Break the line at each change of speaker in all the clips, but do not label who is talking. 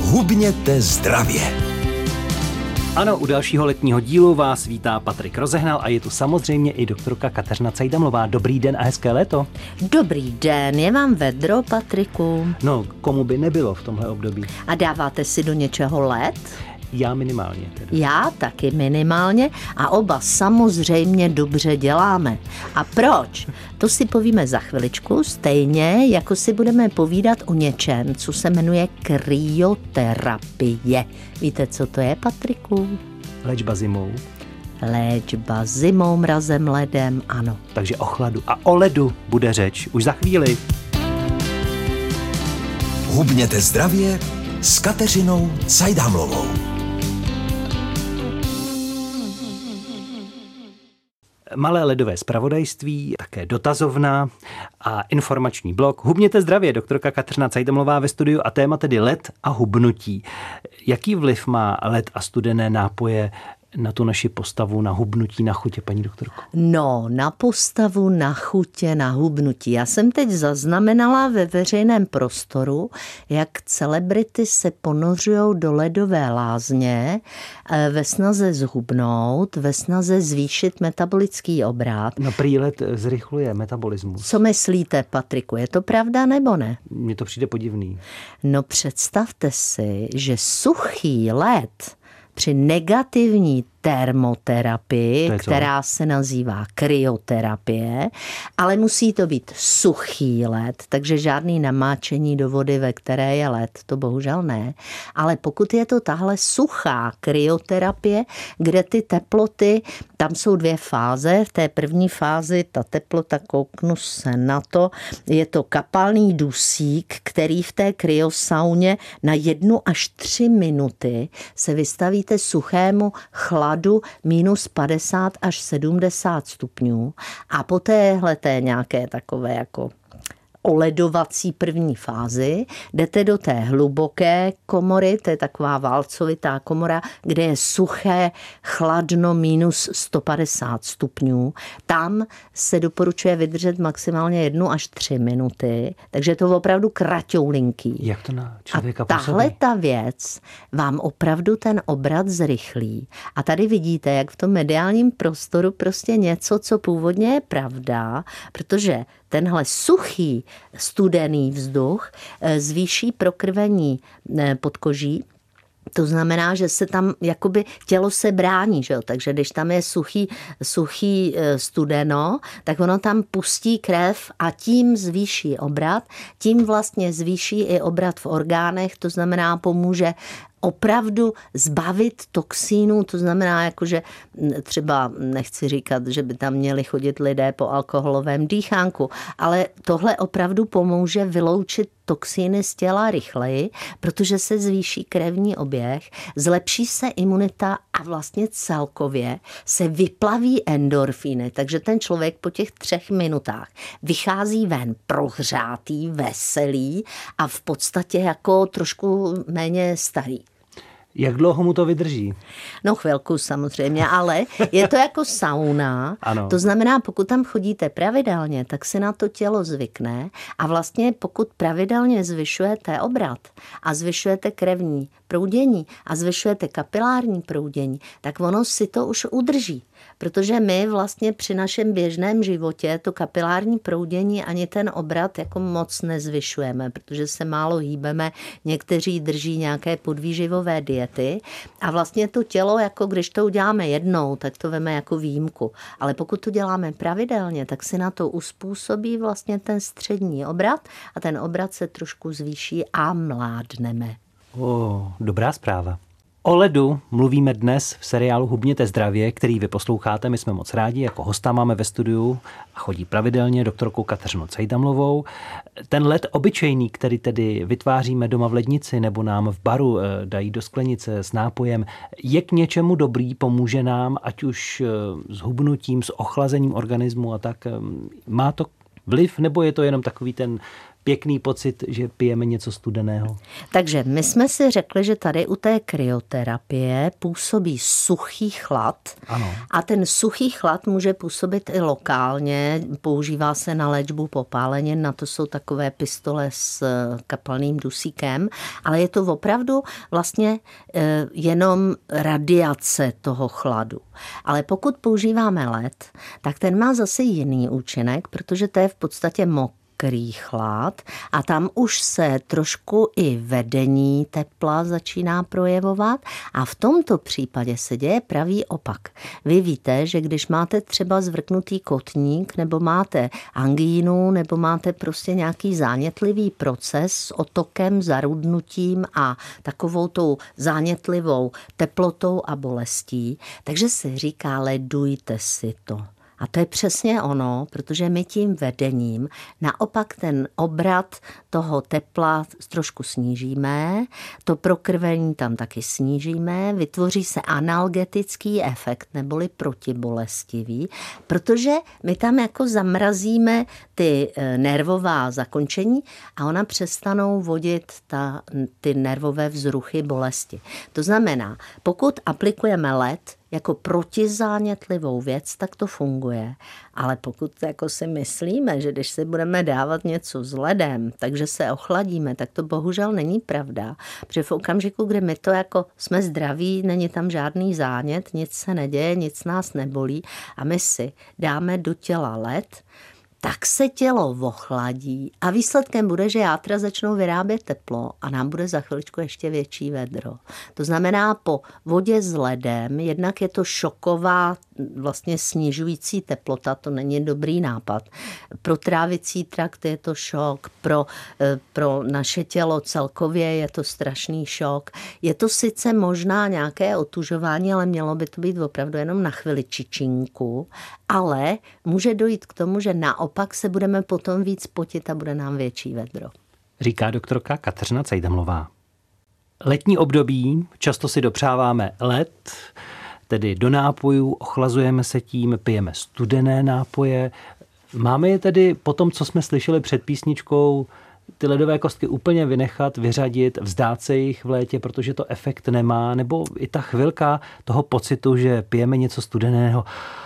Hubněte zdravě.
Ano, u dalšího letního dílu vás vítá Patrik Rozehnal a je tu samozřejmě i doktorka Kateřina Cajdamlová. Dobrý den a hezké léto.
Dobrý den, je vám vedro, Patriku?
No, komu by nebylo v tomhle období?
A dáváte si do něčeho led?
Já minimálně teda.
Já taky minimálně a oba samozřejmě dobře děláme. A proč? To si povíme za chviličku, stejně jako si budeme povídat o něčem, co se jmenuje kryoterapie. Víte, co to je, Patriku?
Léčba zimou.
Léčba zimou, mrazem, ledem, ano.
Takže o chladu a o ledu bude řeč už za chvíli.
Hubněte zdravě s Kateřinou Cajdamlovou.
Malé ledové zpravodajství, také dotazovna a informační blog. Hubněte zdravě, doktorka Kateřina Cajdamlová ve studiu a téma tedy led a hubnutí. Jaký vliv má led a studené nápoje na tu naši postavu, na hubnutí, na chutě, paní doktorko?
No, na postavu, na chutě, na hubnutí. Já jsem teď zaznamenala ve veřejném prostoru, jak celebrity se ponořují do ledové lázně ve snaze zhubnout, ve snaze zvýšit metabolický obrat.
No, prý led zrychluje metabolismus.
Co myslíte, Patriku, je to pravda nebo ne?
Mně to přijde podivný.
No, představte si, že suchý led při negativní termoterapii, která se nazývá kryoterapie, ale musí to být suchý led, takže žádný namáčení do vody, ve které je led, to bohužel ne. Ale pokud je to tahle suchá kryoterapie, kde ty teploty, tam jsou dvě fáze. V té první fázi ta teplota, kouknu se na to, je to kapalný dusík, který v té kryosauně na 1 až 3 minuty se vystavíte suchému chladu minus 50 až 70 stupňů a po téhleté nějaké takové jako oledovací první fázi jdete do té hluboké komory, to je taková válcovitá komora, kde je suché, chladno minus 150 stupňů. Tam se doporučuje vydržet maximálně 1 až 3 minuty, takže je to opravdu kraťoulinký.
Jak to na člověka
působí? A tahle ta věc vám opravdu ten obrat zrychlí. A tady vidíte, jak v tom mediálním prostoru prostě něco, co původně je pravda, protože tenhle suchý, studený vzduch zvýší prokrvení podkoží. To znamená, že se tam jakoby tělo se brání, že jo? Takže když tam je suchý studeno, tak ono tam pustí krev a tím zvýší obrat, tím vlastně zvýší i obrat v orgánech, to znamená pomůže opravdu zbavit toxínů, to znamená, jakože třeba nechci říkat, že by tam měli chodit lidé po alkoholovém dýchánku, ale tohle opravdu pomůže vyloučit toxíny z těla rychleji, protože se zvýší krevní oběh, zlepší se imunita a vlastně celkově se vyplaví endorfíny, takže ten člověk po těch 3 minutách vychází ven prohřátý, veselý a v podstatě jako trošku méně starý.
Jak dlouho mu to vydrží?
No chvilku samozřejmě, ale je to jako sauna.
Ano.
To znamená, pokud tam chodíte pravidelně, tak se na to tělo zvykne a vlastně pokud pravidelně zvyšujete obrat a zvyšujete krevní proudění a zvyšujete kapilární proudění, tak ono si to už udrží. Protože my vlastně při našem běžném životě to kapilární proudění ani ten obrat jako moc nezvyšujeme, protože se málo hýbeme, někteří drží nějaké podvýživové diety a vlastně to tělo, jako když to uděláme jednou, tak to veme jako výjimku. Ale pokud to děláme pravidelně, tak si na to uspůsobí vlastně ten střední obrat a ten obrat se trošku zvýší a mládneme.
Dobrá zpráva. O ledu mluvíme dnes v seriálu Hubněte zdravě, který vy posloucháte. My jsme moc rádi, jako hosta máme ve studiu a chodí pravidelně doktorkou Kateřinou Cajdamlovou. Ten led obyčejný, který tedy vytváříme doma v lednici nebo nám v baru dají do sklenice s nápojem, je k něčemu dobrý, pomůže nám, ať už s hubnutím, s ochlazením organismu a tak. Má to vliv, nebo je to jenom takový ten pěkný pocit, že pijeme něco studeného.
Takže my jsme si řekli, že tady u té kryoterapie působí suchý chlad.
Ano.
A ten suchý chlad může působit i lokálně. Používá se na léčbu popálenin, na to jsou takové pistole s kapalným dusíkem, ale je to opravdu vlastně jenom radiace toho chladu. Ale pokud používáme led, tak ten má zase jiný účinek, protože to je v podstatě mokrý chlad a tam už se trošku i vedení tepla začíná projevovat a v tomto případě se děje pravý opak. Vy víte, že když máte třeba zvrknutý kotník nebo máte angínu nebo máte prostě nějaký zánětlivý proces s otokem, zarudnutím a takovou tou zánětlivou teplotou a bolestí, takže se říká ledujte si to. A to je přesně ono, protože my tím vedením naopak ten obrat toho tepla trošku snížíme, to prokrvení tam taky snížíme, vytvoří se analgetický efekt neboli protibolestivý, protože my tam jako zamrazíme ty nervová zakončení a ona přestanou vodit ty nervové vzruchy bolesti. To znamená, pokud aplikujeme led jako protizánětlivou věc, tak to funguje. Ale pokud jako si myslíme, že když si budeme dávat něco s ledem, takže se ochladíme, tak to bohužel není pravda. Protože v okamžiku, kdy my to jako jsme zdraví, není tam žádný zánět, nic se neděje, nic nás nebolí a my si dáme do těla led, tak se tělo ochladí a výsledkem bude, že játra začnou vyrábět teplo a nám bude za chviličku ještě větší vedro. To znamená, po vodě s ledem, jednak je to šoková, vlastně snižující teplota, to není dobrý nápad. Pro trávicí trakt je to šok, pro naše tělo celkově je to strašný šok. Je to sice možná nějaké otužování, ale mělo by to být opravdu jenom na chviličičinku, ale může dojít k tomu, že naopak se budeme potom víc potit a bude nám větší vedro.
Říká doktorka Kateřina Cajdamlová. Letní období, často si dopřáváme led, tedy do nápojů, ochlazujeme se tím, pijeme studené nápoje. Máme je tedy po tom, co jsme slyšeli před písničkou, ty ledové kostky úplně vynechat, vyřadit, vzdát se jich v létě, protože to efekt nemá, nebo i ta chvilka toho pocitu, že pijeme něco studeného,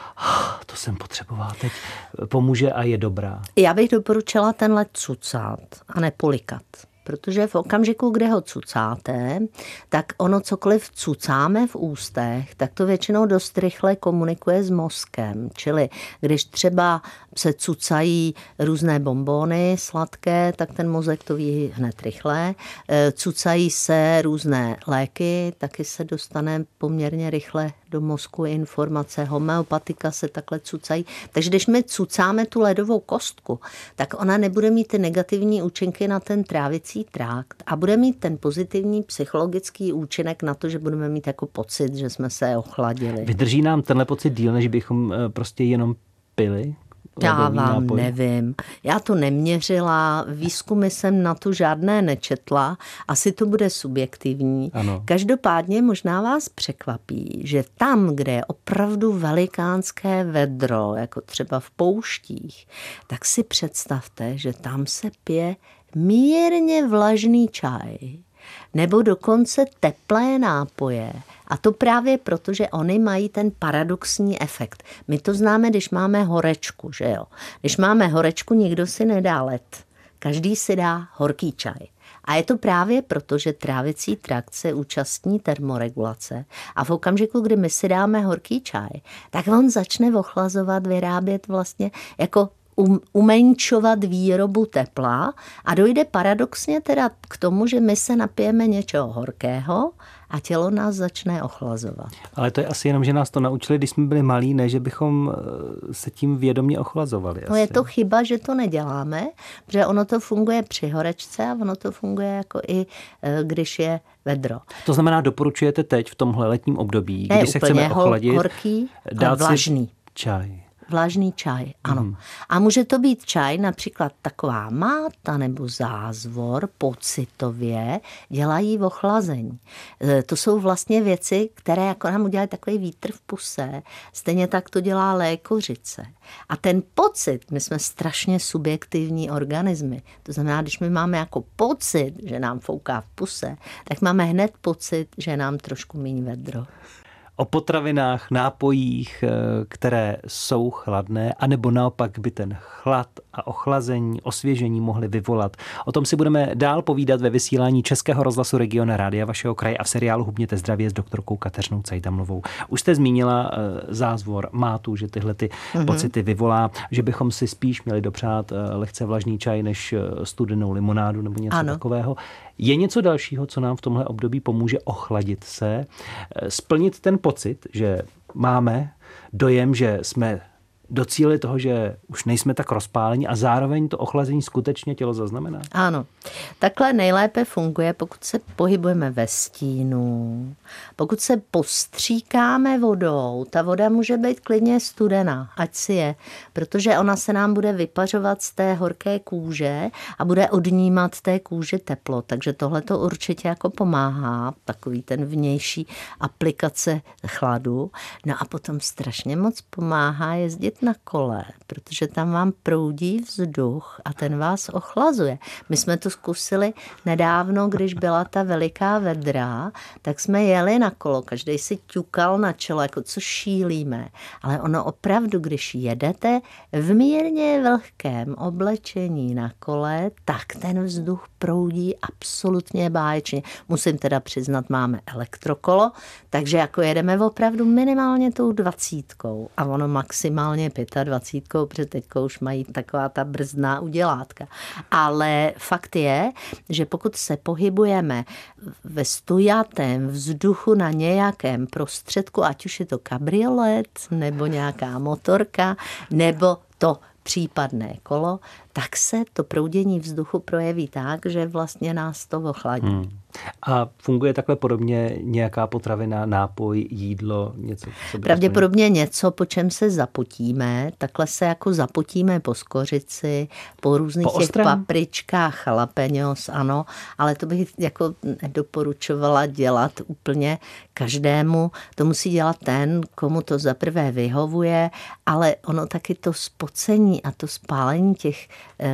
to jsem potřebovala teď, pomůže a je dobrá.
Já bych doporučila ten led cucat a nepolikat. Protože v okamžiku, kde ho cucáte, tak ono cokoliv cucáme v ústech, tak to většinou dost rychle komunikuje s mozkem. Čili když třeba se cucají různé bonbony sladké, tak ten mozek to ví hned rychle. Cucají se různé léky, taky se dostane poměrně rychle do mozku informace. Homeopatika se takhle cucají. Takže když my cucáme tu ledovou kostku, tak ona nebude mít ty negativní účinky na ten trávicí trakt a bude mít ten pozitivní psychologický účinek na to, že budeme mít jako pocit, že jsme se ochladili.
Vydrží nám tenhle pocit díl, než bychom prostě jenom pili?
Já vám nevím. Já to neměřila, výzkumy jsem na to žádné nečetla, asi to bude subjektivní.
Ano.
Každopádně možná vás překvapí, že tam, kde je opravdu velikánské vedro, jako třeba v pouštích, tak si představte, že tam se pije mírně vlažný čaj nebo dokonce teplé nápoje. A to právě proto, že oni mají ten paradoxní efekt. My to známe, když máme horečku, že jo? Když máme horečku, nikdo si nedá led. Každý si dá horký čaj. A je to právě proto, že trávicí trakt se účastní termoregulace a v okamžiku, kdy my si dáme horký čaj, tak on začne ochlazovat, vyrábět vlastně jako umenšovat výrobu tepla a dojde paradoxně teda k tomu, že my se napijeme něčeho horkého a tělo nás začne ochlazovat.
Ale to je asi jenom, že nás to naučili, když jsme byli malí, ne, že bychom se tím vědomě ochlazovali.
No je to chyba, že to neděláme, protože ono to funguje při horečce a ono to funguje jako i když je vedro.
To znamená, doporučujete teď v tomhle letním období, když se chceme ochladit,
horký,
dát
vlažný.
si čaj.
Vlažný čaj, ano. A může to být čaj, například taková máta nebo zázvor, pocitově dělají ochlazení. To jsou vlastně věci, které jako nám udělají takový vítr v puse. Stejně tak to dělá lékořice. A ten pocit, my jsme strašně subjektivní organismy. To znamená, když my máme jako pocit, že nám fouká v puse, tak máme hned pocit, že nám trošku míň vedro.
O potravinách, nápojích, které jsou chladné, anebo naopak by ten chlad a ochlazení, osvěžení mohly vyvolat. O tom si budeme dál povídat ve vysílání Českého rozhlasu Region Rádia vašeho kraje a v seriálu Hubněte zdravě s doktorkou Kateřinou Cajdamlovou. Už jste zmínila zázvor, mátu, že tyhle ty pocity vyvolá, že bychom si spíš měli dopřát lehce vlažný čaj než studenou limonádu nebo něco takového. Je něco dalšího, co nám v tomhle období pomůže ochladit se, splnit ten pocit, že máme dojem, že jsme docílili toho, že už nejsme tak rozpálení a zároveň to ochlazení skutečně tělo zaznamená?
Ano. Takhle nejlépe funguje, pokud se pohybujeme ve stínu, pokud se postříkáme vodou. Ta voda může být klidně studená, ať si je, protože ona se nám bude vypařovat z té horké kůže a bude odnímat té kůži teplo, takže tohle to určitě jako pomáhá, takový ten vnější aplikace chladu. No a potom strašně moc pomáhá jezdit na kole, protože tam vám proudí vzduch a ten vás ochlazuje. My jsme to zkusili nedávno, když byla ta veliká vedra, tak jsme jeli na kolo, každý si ťukal na čelo, jako co šílíme. Ale ono opravdu, když jedete v mírně vlhkém oblečení na kole, tak ten vzduch proudí absolutně báječně. Musím teda přiznat, máme elektrokolo, takže jako jedeme opravdu minimálně tou 20 a ono maximálně 25, protože teďko už mají taková ta brzdná udělátka. Ale fakt je, že pokud se pohybujeme ve stojatém vzduchu na nějakém prostředku, ať už je to kabriolet, nebo nějaká motorka, nebo to případné kolo, tak se to proudění vzduchu projeví tak, že vlastně nás to ochladí.
A funguje takhle podobně nějaká potravina, nápoj, jídlo, něco?
Pravděpodobně něco, po čem se zapotíme. Takhle se jako zapotíme po skořici, po různých těch papričkách, jalapeňos, ano, ale to bych jako nedoporučovala dělat úplně každému. To musí dělat ten, komu to zaprvé vyhovuje, ale ono taky to spocení a to spálení těch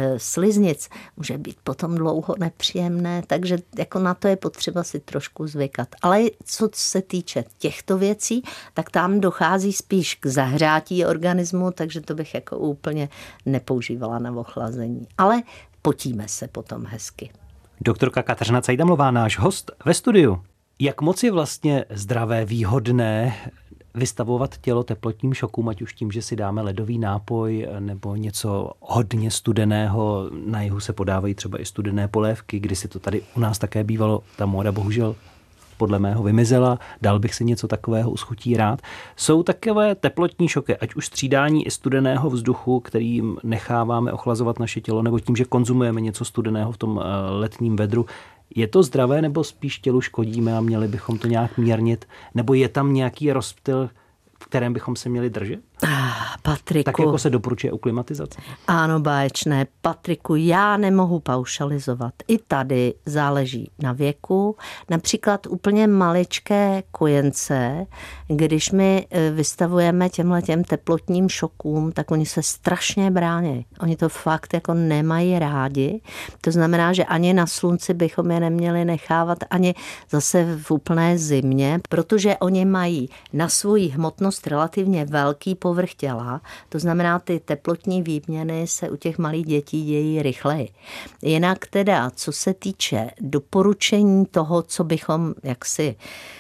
sliznic může být potom dlouho nepříjemné, takže jako na to je potřeba si trošku zvykat. Ale co se týče těchto věcí, tak tam dochází spíš k zahřátí organismu, takže to bych jako úplně nepoužívala na ochlazení. Ale potíme se potom hezky.
Doktorka Kateřina Cajdamlová, náš host ve studiu. Jak moc je vlastně zdravé, výhodné vystavovat tělo teplotním šokům, ať už tím, že si dáme ledový nápoj nebo něco hodně studeného. Na jihu se podávají třeba i studené polévky, kdy si to tady u nás také bývalo. Ta móda bohužel podle mého vymizela. Dal bych si něco takového uschutí rád. Jsou takové teplotní šoky, ať už střídání i studeného vzduchu, kterým necháváme ochlazovat naše tělo, nebo tím, že konzumujeme něco studeného v tom letním vedru. Je to zdravé, nebo spíš tělu škodíme a měli bychom to nějak mírnit? Nebo je tam nějaký rozptyl, v kterém bychom se měli držet?
Patriku.
Tak jako se doporučuje u klimatizace.
Ano, báječné. Patriku, já nemohu paušalizovat. I tady záleží na věku. Například úplně maličké kojence, když my vystavujeme těmhletěm teplotním šokům, tak oni se strašně brání. Oni to fakt jako nemají rádi. To znamená, že ani na slunci bychom je neměli nechávat, ani zase v úplné zimě, protože oni mají na svoji hmotnost relativně velký povrch těla, to znamená, ty teplotní výměny se u těch malých dětí dějí rychleji. Jinak teda, co se týče doporučení toho, co bychom jaksi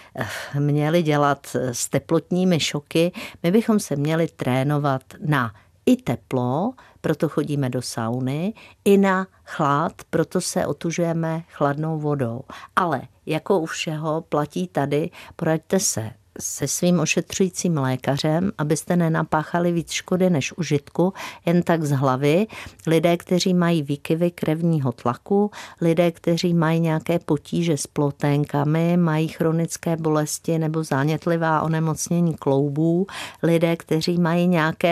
měli dělat s teplotními šoky, my bychom se měli trénovat na i teplo, proto chodíme do sauny, i na chlad, proto se otužujeme chladnou vodou. Ale jako u všeho platí tady, poraďte se svým ošetřujícím lékařem, abyste nenapáchali víc škody než užitku, jen tak z hlavy. Lidé, kteří mají výkyvy krevního tlaku, lidé, kteří mají nějaké potíže s ploténkami, mají chronické bolesti nebo zánětlivá onemocnění kloubů, lidé, kteří mají nějaké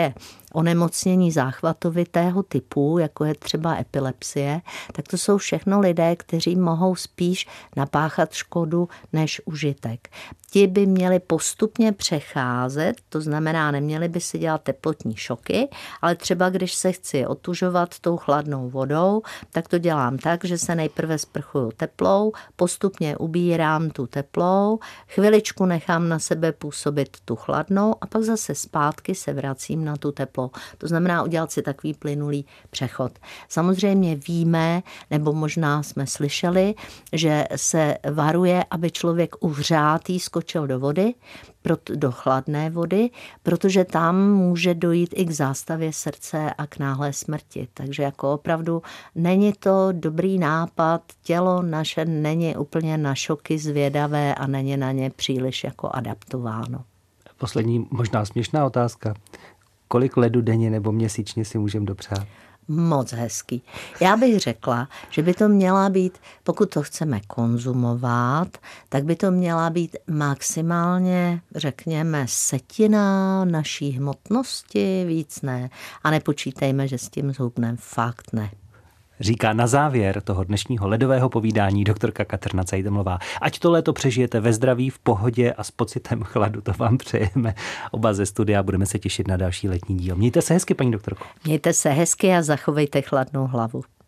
onemocnění záchvatovitého typu, jako je třeba epilepsie, tak to jsou všechno lidé, kteří mohou spíš napáchat škodu než užitek. Ti by měli postupně přecházet, to znamená, neměli by si dělat teplotní šoky, ale třeba když se chci otužovat tou chladnou vodou, tak to dělám tak, že se nejprve sprchuju teplou, postupně ubírám tu teplou, chviličku nechám na sebe působit tu chladnou a pak zase zpátky se vracím na tu teplou. To znamená udělat si takový plynulý přechod. Samozřejmě víme, nebo možná jsme slyšeli, že se varuje, aby člověk uhřátý skočil do vody, do chladné vody, protože tam může dojít i k zástavě srdce a k náhlé smrti. Takže jako opravdu není to dobrý nápad, tělo naše není úplně na šoky zvědavé a není na ně příliš jako adaptováno.
Poslední možná směšná otázka. Kolik ledu denně nebo měsíčně si můžeme dopřát?
Moc hezký. Já bych řekla, že by to měla být, pokud to chceme konzumovat, tak by to měla být maximálně, řekněme, setina naší hmotnosti, víc ne. A nepočítejme, že s tím zhubneme, fakt ne.
Říká na závěr toho dnešního ledového povídání doktorka Kateřina Cajdamlová. Ať to léto přežijete ve zdraví, v pohodě a s pocitem chladu, to vám přejeme oba ze studia. Budeme se těšit na další letní díl. Mějte se hezky, paní doktorko.
Mějte se hezky a zachovejte chladnou hlavu.